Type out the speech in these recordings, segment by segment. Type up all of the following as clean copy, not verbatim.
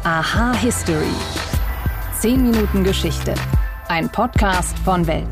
Aha History. 10 Minuten Geschichte. Ein Podcast von Welt.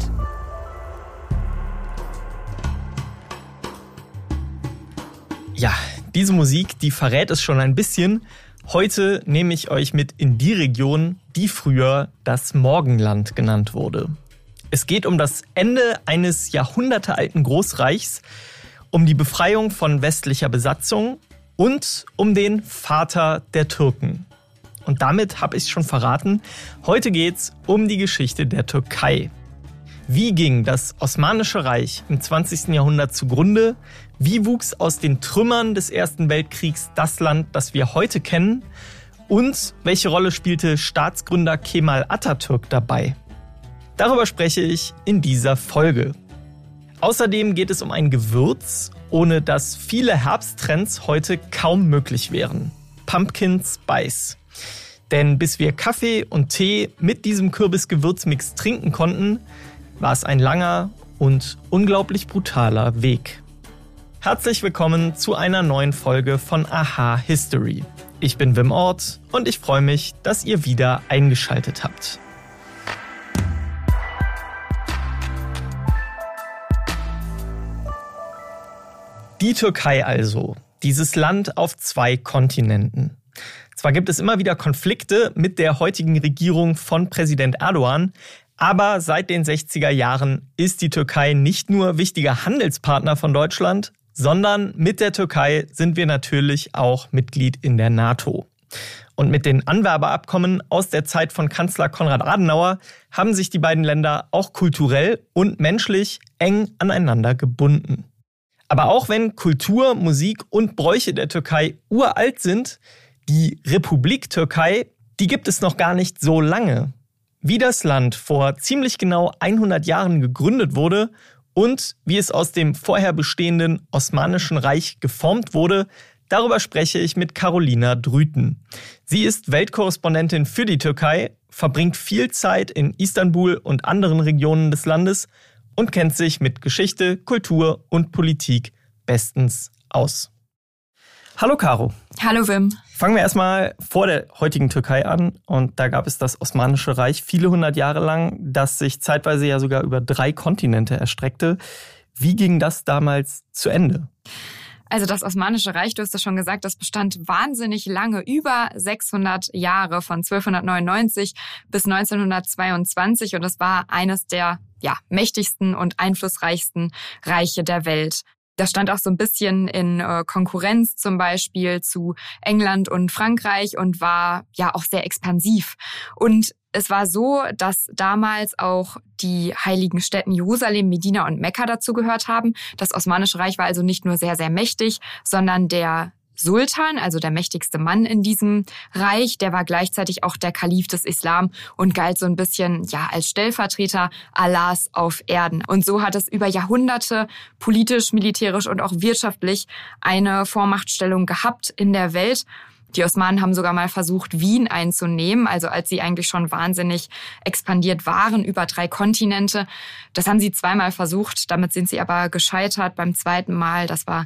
Ja, diese Musik, die verrät es schon ein bisschen. Heute nehme ich euch mit in die Region, die früher das Morgenland genannt wurde. Es geht um das Ende eines jahrhundertealten Großreichs, um die Befreiung von westlicher Besatzung und um den Vater der Türken. Und damit habe ich es schon verraten. Heute geht's um die Geschichte der Türkei. Wie ging das Osmanische Reich im 20. Jahrhundert zugrunde? Wie wuchs aus den Trümmern des Ersten Weltkriegs das Land, das wir heute kennen? Und welche Rolle spielte Staatsgründer Kemal Atatürk dabei? Darüber spreche ich in dieser Folge. Außerdem geht es um ein Gewürz, ohne das viele Herbsttrends heute kaum möglich wären. Pumpkin Spice. Denn bis wir Kaffee und Tee mit diesem Kürbisgewürzmix trinken konnten, war es ein langer und unglaublich brutaler Weg. Herzlich willkommen zu einer neuen Folge von Aha History. Ich bin Wim Ort und ich freue mich, dass ihr wieder eingeschaltet habt. Die Türkei also, dieses Land auf 2 Kontinenten. Zwar gibt es immer wieder Konflikte mit der heutigen Regierung von Präsident Erdogan, aber seit den 60er Jahren ist die Türkei nicht nur wichtiger Handelspartner von Deutschland, sondern mit der Türkei sind wir natürlich auch Mitglied in der NATO. Und mit den Anwerbeabkommen aus der Zeit von Kanzler Konrad Adenauer haben sich die beiden Länder auch kulturell und menschlich eng aneinander gebunden. Aber auch wenn Kultur, Musik und Bräuche der Türkei uralt sind, die Republik Türkei, die gibt es noch gar nicht so lange. Wie das Land vor ziemlich genau 100 Jahren gegründet wurde und wie es aus dem vorher bestehenden Osmanischen Reich geformt wurde, darüber spreche ich mit Carolina Drüten. Sie ist Weltkorrespondentin für die Türkei, verbringt viel Zeit in Istanbul und anderen Regionen des Landes und kennt sich mit Geschichte, Kultur und Politik bestens aus. Hallo Caro. Hallo Wim. Fangen wir erstmal vor der heutigen Türkei an. Und da gab es das Osmanische Reich viele hundert Jahre lang, das sich zeitweise ja sogar über 3 Kontinente erstreckte. Wie ging das damals zu Ende? Also das Osmanische Reich, du hast es schon gesagt, das bestand wahnsinnig lange, über 600 Jahre, von 1299 bis 1922. Und es war eines der mächtigsten und einflussreichsten Reiche der Welt. Das stand auch so ein bisschen in Konkurrenz zum Beispiel zu England und Frankreich und war ja auch sehr expansiv. Und es war so, dass damals auch die heiligen Städten Jerusalem, Medina und Mekka dazu gehört haben. Das Osmanische Reich war also nicht nur sehr, sehr mächtig, sondern der Sultan, also der mächtigste Mann in diesem Reich, der war gleichzeitig auch der Kalif des Islam und galt so ein bisschen als Stellvertreter Allahs auf Erden. Und so hat es über Jahrhunderte politisch, militärisch und auch wirtschaftlich eine Vormachtstellung gehabt in der Welt. Die Osmanen haben sogar mal versucht, Wien einzunehmen, also als sie eigentlich schon wahnsinnig expandiert waren, über 3 Kontinente. Das haben sie 2-mal versucht, damit sind sie aber gescheitert. Beim 2. Mal, das war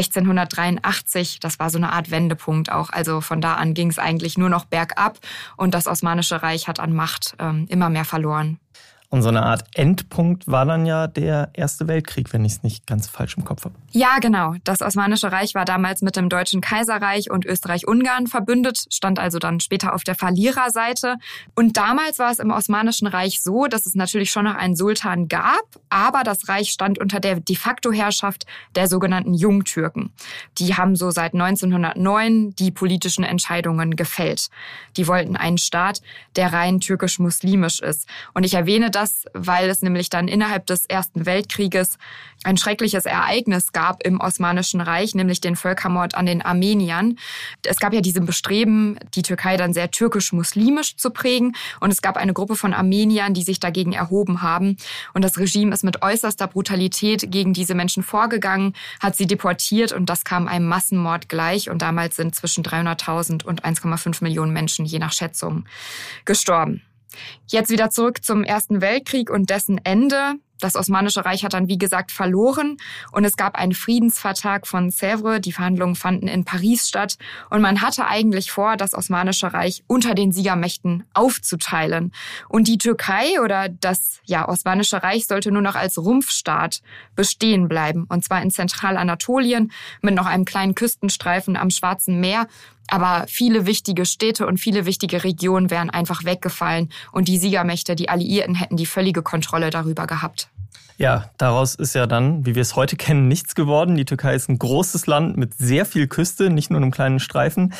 1683, das war so eine Art Wendepunkt auch. Also von da an ging es eigentlich nur noch bergab und das Osmanische Reich hat an Macht immer mehr verloren. Und so eine Art Endpunkt war dann ja der Erste Weltkrieg, wenn ich es nicht ganz falsch im Kopf habe. Ja, genau. Das Osmanische Reich war damals mit dem Deutschen Kaiserreich und Österreich-Ungarn verbündet, stand also dann später auf der Verliererseite. Und damals war es im Osmanischen Reich so, dass es natürlich schon noch einen Sultan gab, aber das Reich stand unter der de facto Herrschaft der sogenannten Jungtürken. Die haben so seit 1909 die politischen Entscheidungen gefällt. Die wollten einen Staat, der rein türkisch-muslimisch ist. Und ich erwähne das, weil es nämlich dann innerhalb des Ersten Weltkrieges ein schreckliches Ereignis gab im Osmanischen Reich, nämlich den Völkermord an den Armeniern. Es gab ja diesem Bestreben, die Türkei dann sehr türkisch-muslimisch zu prägen. Und es gab eine Gruppe von Armeniern, die sich dagegen erhoben haben. Und das Regime ist mit äußerster Brutalität gegen diese Menschen vorgegangen, hat sie deportiert und das kam einem Massenmord gleich. Und damals sind zwischen 300.000 und 1,5 Millionen Menschen, je nach Schätzung, gestorben. Jetzt wieder zurück zum Ersten Weltkrieg und dessen Ende. Das Osmanische Reich hat dann, wie gesagt, verloren und es gab einen Friedensvertrag von Sèvres. Die Verhandlungen fanden in Paris statt und man hatte eigentlich vor, das Osmanische Reich unter den Siegermächten aufzuteilen. Und die Türkei oder das Osmanische Reich sollte nur noch als Rumpfstaat bestehen bleiben. Und zwar in Zentralanatolien mit noch einem kleinen Küstenstreifen am Schwarzen Meer. Aber viele wichtige Städte und viele wichtige Regionen wären einfach weggefallen und die Siegermächte, die Alliierten, hätten die völlige Kontrolle darüber gehabt. Ja, daraus ist ja dann, wie wir es heute kennen, nichts geworden. Die Türkei ist ein großes Land mit sehr viel Küste, nicht nur einem kleinen Streifen.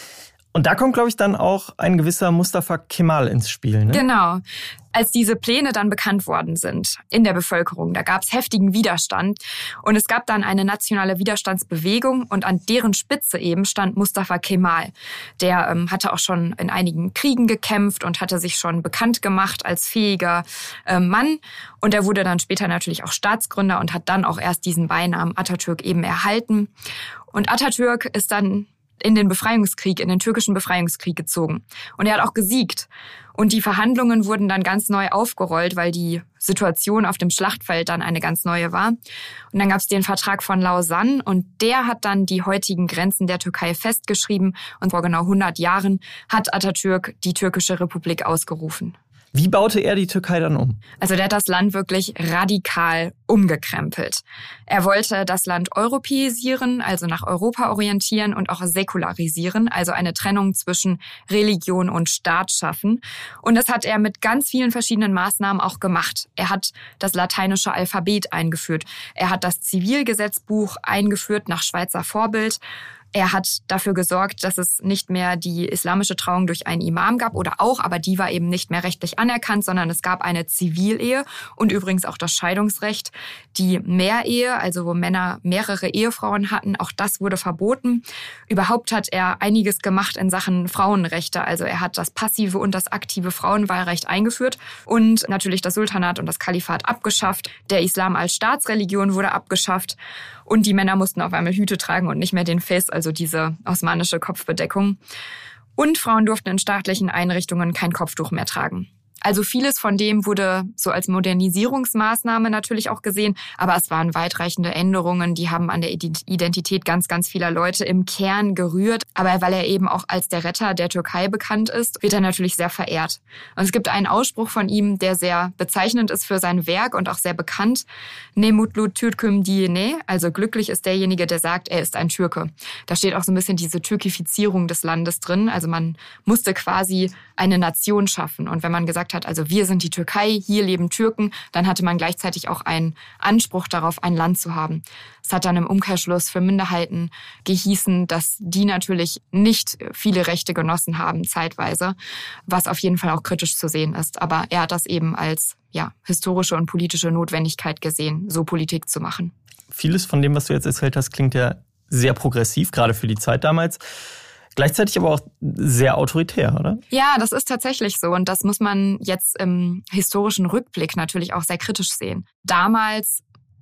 Und da kommt, glaube ich, dann auch ein gewisser Mustafa Kemal ins Spiel, ne? Genau. Als diese Pläne dann bekannt worden sind in der Bevölkerung, da gab es heftigen Widerstand und es gab dann eine nationale Widerstandsbewegung und an deren Spitze eben stand Mustafa Kemal. Der hatte auch schon in einigen Kriegen gekämpft und hatte sich schon bekannt gemacht als fähiger Mann und er wurde dann später natürlich auch Staatsgründer und hat dann auch erst diesen Beinamen Atatürk eben erhalten. Und Atatürk ist dann in den türkischen Befreiungskrieg gezogen. Und er hat auch gesiegt. Und die Verhandlungen wurden dann ganz neu aufgerollt, weil die Situation auf dem Schlachtfeld dann eine ganz neue war. Und dann gab es den Vertrag von Lausanne und der hat dann die heutigen Grenzen der Türkei festgeschrieben. Und vor genau 100 Jahren hat Atatürk die Türkische Republik ausgerufen. Wie baute er die Türkei dann um? Also der hat das Land wirklich radikal umgekrempelt. Er wollte das Land europäisieren, also nach Europa orientieren und auch säkularisieren, also eine Trennung zwischen Religion und Staat schaffen. Und das hat er mit ganz vielen verschiedenen Maßnahmen auch gemacht. Er hat das lateinische Alphabet eingeführt. Er hat das Zivilgesetzbuch eingeführt nach Schweizer Vorbild. Er hat dafür gesorgt, dass es nicht mehr die islamische Trauung durch einen Imam gab oder auch, aber die war eben nicht mehr rechtlich anerkannt, sondern es gab eine Zivilehe und übrigens auch das Scheidungsrecht. Die Mehrehe, also wo Männer mehrere Ehefrauen hatten, auch das wurde verboten. Überhaupt hat er einiges gemacht in Sachen Frauenrechte. Also er hat das passive und das aktive Frauenwahlrecht eingeführt und natürlich das Sultanat und das Kalifat abgeschafft. Der Islam als Staatsreligion wurde abgeschafft. Und die Männer mussten auf einmal Hüte tragen und nicht mehr den Fes, also diese osmanische Kopfbedeckung. Und Frauen durften in staatlichen Einrichtungen kein Kopftuch mehr tragen. Also vieles von dem wurde so als Modernisierungsmaßnahme natürlich auch gesehen, aber es waren weitreichende Änderungen, die haben an der Identität ganz, ganz vieler Leute im Kern gerührt. Aber weil er eben auch als der Retter der Türkei bekannt ist, wird er natürlich sehr verehrt. Und es gibt einen Ausspruch von ihm, der sehr bezeichnend ist für sein Werk und auch sehr bekannt. Ne mutlu Türküm diyene, also glücklich ist derjenige, der sagt, er ist ein Türke. Da steht auch so ein bisschen diese Türkifizierung des Landes drin. Also man musste quasi eine Nation schaffen. Und wenn man gesagt hat, also wir sind die Türkei, hier leben Türken, dann hatte man gleichzeitig auch einen Anspruch darauf, ein Land zu haben. Es hat dann im Umkehrschluss für Minderheiten gehießen, dass die natürlich nicht viele Rechte genossen haben zeitweise, was auf jeden Fall auch kritisch zu sehen ist. Aber er hat das eben als historische und politische Notwendigkeit gesehen, so Politik zu machen. Vieles von dem, was du jetzt erzählt hast, klingt ja sehr progressiv, gerade für die Zeit damals. Gleichzeitig aber auch sehr autoritär, oder? Ja, das ist tatsächlich so. Und das muss man jetzt im historischen Rückblick natürlich auch sehr kritisch sehen. Damals,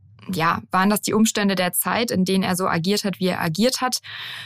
waren das die Umstände der Zeit, in denen er so agiert hat, wie er agiert hat.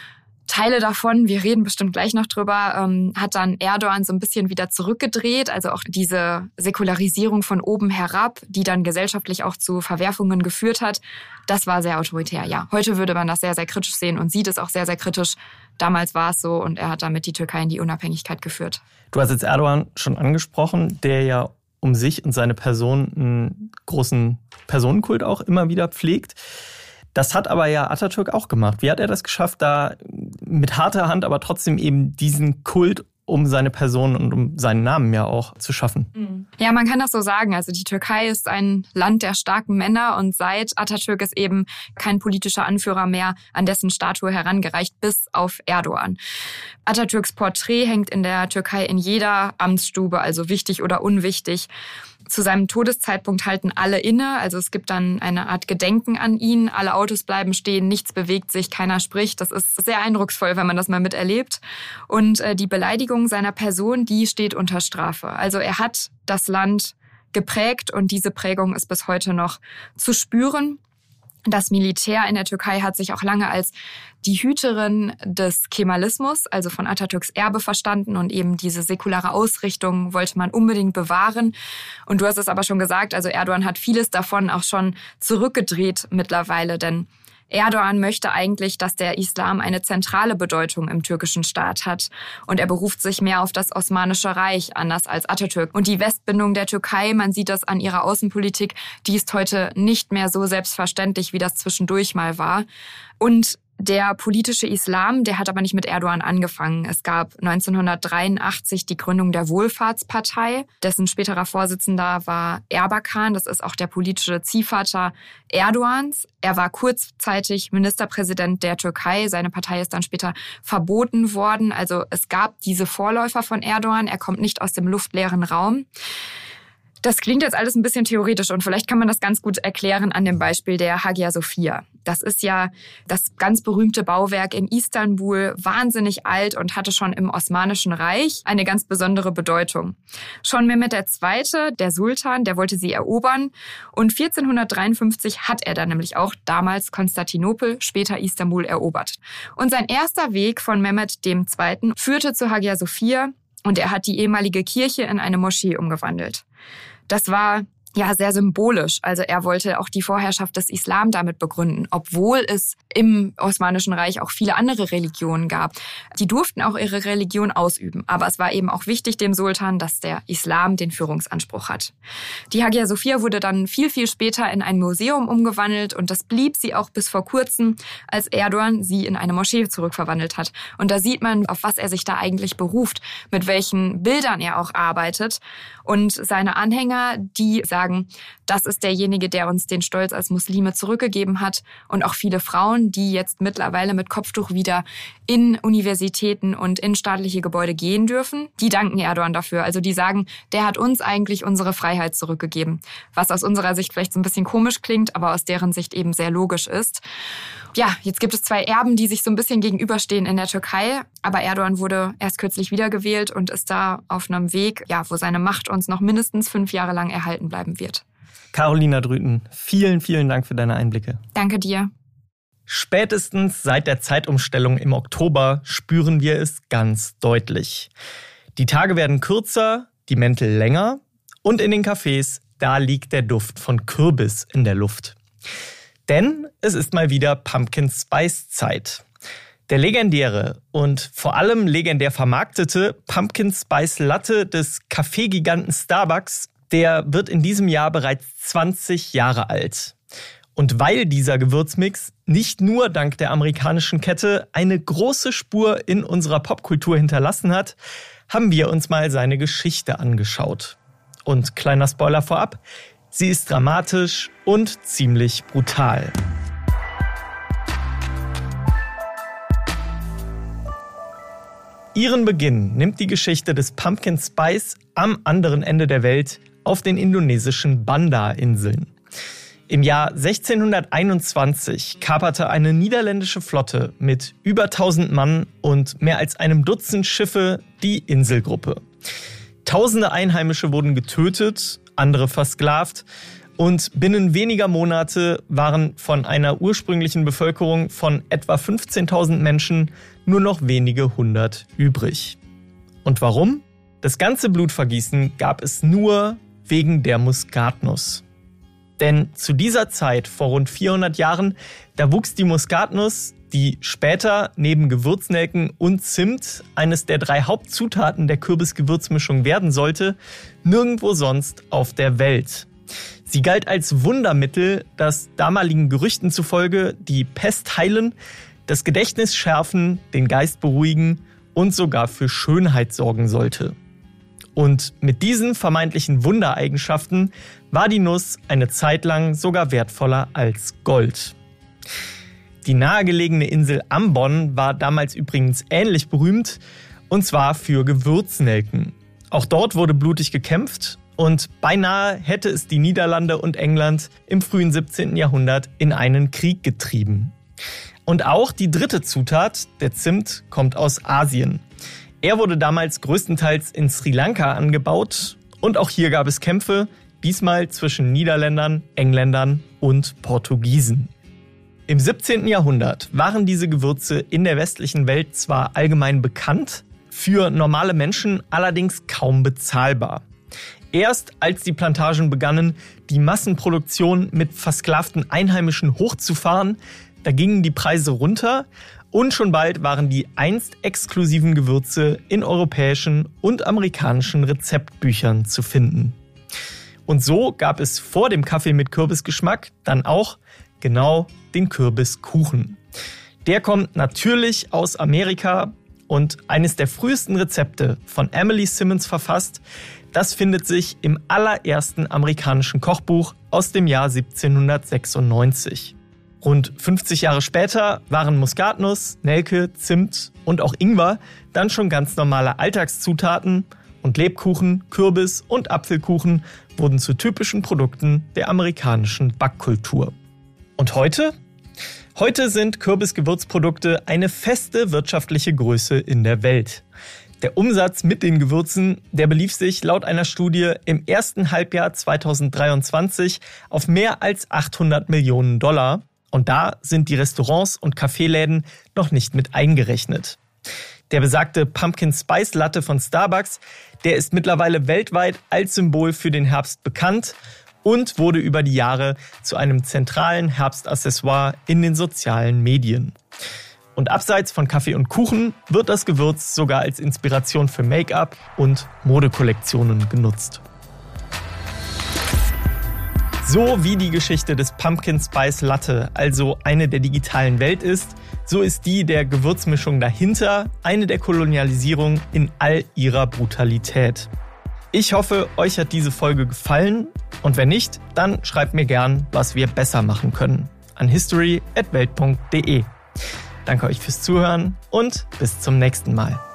Teile davon, wir reden bestimmt gleich noch drüber, hat dann Erdogan so ein bisschen wieder zurückgedreht. Also auch diese Säkularisierung von oben herab, die dann gesellschaftlich auch zu Verwerfungen geführt hat, das war sehr autoritär, ja. Heute würde man das sehr, sehr kritisch sehen und sieht es auch sehr, sehr kritisch. Damals war es so und er hat damit die Türkei in die Unabhängigkeit geführt. Du hast jetzt Erdogan schon angesprochen, der ja um sich und seine Person einen großen Personenkult auch immer wieder pflegt. Das hat aber ja Atatürk auch gemacht. Wie hat er das geschafft, da mit harter Hand, aber trotzdem eben diesen Kult um seine Person und um seinen Namen ja auch zu schaffen? Ja, man kann das so sagen. Also die Türkei ist ein Land der starken Männer und seit Atatürk ist eben kein politischer Anführer mehr an dessen Statue herangereicht, bis auf Erdogan. Atatürks Porträt hängt in der Türkei in jeder Amtsstube, also wichtig oder unwichtig. Zu seinem Todeszeitpunkt halten alle inne, also es gibt dann eine Art Gedenken an ihn. Alle Autos bleiben stehen, nichts bewegt sich, keiner spricht. Das ist sehr eindrucksvoll, wenn man das mal miterlebt. Und die Beleidigung seiner Person, die steht unter Strafe. Also er hat das Land geprägt und diese Prägung ist bis heute noch zu spüren. Das Militär in der Türkei hat sich auch lange als die Hüterin des Kemalismus, also von Atatürks Erbe, verstanden und eben diese säkulare Ausrichtung wollte man unbedingt bewahren. Und du hast es aber schon gesagt, also Erdogan hat vieles davon auch schon zurückgedreht mittlerweile, denn Erdogan möchte eigentlich, dass der Islam eine zentrale Bedeutung im türkischen Staat hat. Und er beruft sich mehr auf das Osmanische Reich, anders als Atatürk. Und die Westbindung der Türkei, man sieht das an ihrer Außenpolitik, die ist heute nicht mehr so selbstverständlich, wie das zwischendurch mal war. Und der politische Islam, der hat aber nicht mit Erdogan angefangen. Es gab 1983 die Gründung der Wohlfahrtspartei. Dessen späterer Vorsitzender war Erbakan. Das ist auch der politische Ziehvater Erdogans. Er war kurzzeitig Ministerpräsident der Türkei. Seine Partei ist dann später verboten worden. Also es gab diese Vorläufer von Erdogan. Er kommt nicht aus dem luftleeren Raum. Das klingt jetzt alles ein bisschen theoretisch und vielleicht kann man das ganz gut erklären an dem Beispiel der Hagia Sophia. Das ist ja das ganz berühmte Bauwerk in Istanbul, wahnsinnig alt und hatte schon im Osmanischen Reich eine ganz besondere Bedeutung. Schon Mehmed II., der Sultan, der wollte sie erobern und 1453 hat er dann nämlich auch damals Konstantinopel, später Istanbul erobert. Und sein erster Weg von Mehmed II. Führte zu Hagia Sophia und er hat die ehemalige Kirche in eine Moschee umgewandelt. Das war ja sehr symbolisch. Also er wollte auch die Vorherrschaft des Islam damit begründen, obwohl es im Osmanischen Reich auch viele andere Religionen gab. Die durften auch ihre Religion ausüben. Aber es war eben auch wichtig dem Sultan, dass der Islam den Führungsanspruch hat. Die Hagia Sophia wurde dann viel, viel später in ein Museum umgewandelt und das blieb sie auch bis vor kurzem, als Erdogan sie in eine Moschee zurückverwandelt hat. Und da sieht man, auf was er sich da eigentlich beruft, mit welchen Bildern er auch arbeitet. Und seine Anhänger, die sagen, das ist derjenige, der uns den Stolz als Muslime zurückgegeben hat. Und auch viele Frauen, die jetzt mittlerweile mit Kopftuch wieder in Universitäten und in staatliche Gebäude gehen dürfen, die danken Erdogan dafür. Also die sagen, der hat uns eigentlich unsere Freiheit zurückgegeben. Was aus unserer Sicht vielleicht so ein bisschen komisch klingt, aber aus deren Sicht eben sehr logisch ist. Ja, jetzt gibt es zwei Erben, die sich so ein bisschen gegenüberstehen in der Türkei. Aber Erdogan wurde erst kürzlich wiedergewählt und ist da auf einem Weg, ja, wo seine Macht uns noch mindestens 5 Jahre lang erhalten bleiben wird. Carolina Drüten, vielen, vielen Dank für deine Einblicke. Danke dir. Spätestens seit der Zeitumstellung im Oktober spüren wir es ganz deutlich. Die Tage werden kürzer, die Mäntel länger und in den Cafés, da liegt der Duft von Kürbis in der Luft. Denn es ist mal wieder Pumpkin Spice Zeit. Der legendäre und vor allem legendär vermarktete Pumpkin Spice Latte des Kaffeegiganten Starbucks, der wird in diesem Jahr bereits 20 Jahre alt. Und weil dieser Gewürzmix nicht nur dank der amerikanischen Kette eine große Spur in unserer Popkultur hinterlassen hat, haben wir uns mal seine Geschichte angeschaut. Und kleiner Spoiler vorab, sie ist dramatisch und ziemlich brutal. Ihren Beginn nimmt die Geschichte des Pumpkin Spice am anderen Ende der Welt auf den indonesischen Banda-Inseln. Im Jahr 1621 kaperte eine niederländische Flotte mit über 1000 Mann und mehr als einem Dutzend Schiffe die Inselgruppe. Tausende Einheimische wurden getötet, andere versklavt und binnen weniger Monate waren von einer ursprünglichen Bevölkerung von etwa 15.000 Menschen nur noch wenige hundert übrig. Und warum? Das ganze Blutvergießen gab es nur wegen der Muskatnuss. Denn zu dieser Zeit, vor rund 400 Jahren, da wuchs die Muskatnuss, die später neben Gewürznelken und Zimt eines der 3 Hauptzutaten der Kürbisgewürzmischung werden sollte, nirgendwo sonst auf der Welt. Sie galt als Wundermittel, das damaligen Gerüchten zufolge die Pest heilen, das Gedächtnis schärfen, den Geist beruhigen und sogar für Schönheit sorgen sollte. Und mit diesen vermeintlichen Wundereigenschaften war die Nuss eine Zeit lang sogar wertvoller als Gold. Die nahegelegene Insel Ambon war damals übrigens ähnlich berühmt, und zwar für Gewürznelken. Auch dort wurde blutig gekämpft und beinahe hätte es die Niederlande und England im frühen 17. Jahrhundert in einen Krieg getrieben. Und auch die dritte Zutat, der Zimt, kommt aus Asien. Er wurde damals größtenteils in Sri Lanka angebaut und auch hier gab es Kämpfe, diesmal zwischen Niederländern, Engländern und Portugiesen. Im 17. Jahrhundert waren diese Gewürze in der westlichen Welt zwar allgemein bekannt, für normale Menschen allerdings kaum bezahlbar. Erst als die Plantagen begannen, die Massenproduktion mit versklavten Einheimischen hochzufahren, da gingen die Preise runter und schon bald waren die einst exklusiven Gewürze in europäischen und amerikanischen Rezeptbüchern zu finden. Und so gab es vor dem Kaffee mit Kürbisgeschmack dann auch genau den Kürbiskuchen. Der kommt natürlich aus Amerika und eines der frühesten Rezepte von Emily Simmons verfasst, das findet sich im allerersten amerikanischen Kochbuch aus dem Jahr 1796. Rund 50 Jahre später waren Muskatnuss, Nelke, Zimt und auch Ingwer dann schon ganz normale Alltagszutaten und Lebkuchen, Kürbis und Apfelkuchen wurden zu typischen Produkten der amerikanischen Backkultur. Und heute? Heute sind Kürbisgewürzprodukte eine feste wirtschaftliche Größe in der Welt. Der Umsatz mit den Gewürzen, der belief sich laut einer Studie im ersten Halbjahr 2023 auf mehr als $800 Millionen. Und da sind die Restaurants und Kaffeeläden noch nicht mit eingerechnet. Der besagte Pumpkin Spice Latte von Starbucks, der ist mittlerweile weltweit als Symbol für den Herbst bekannt und wurde über die Jahre zu einem zentralen Herbstaccessoire in den sozialen Medien. Und abseits von Kaffee und Kuchen wird das Gewürz sogar als Inspiration für Make-up und Modekollektionen genutzt. So wie die Geschichte des Pumpkin Spice Latte also eine der digitalen Welt ist, so ist die der Gewürzmischung dahinter eine der Kolonialisierung in all ihrer Brutalität. Ich hoffe, euch hat diese Folge gefallen und wenn nicht, dann schreibt mir gern, was wir besser machen können an history@welt.de. Danke euch fürs Zuhören und bis zum nächsten Mal.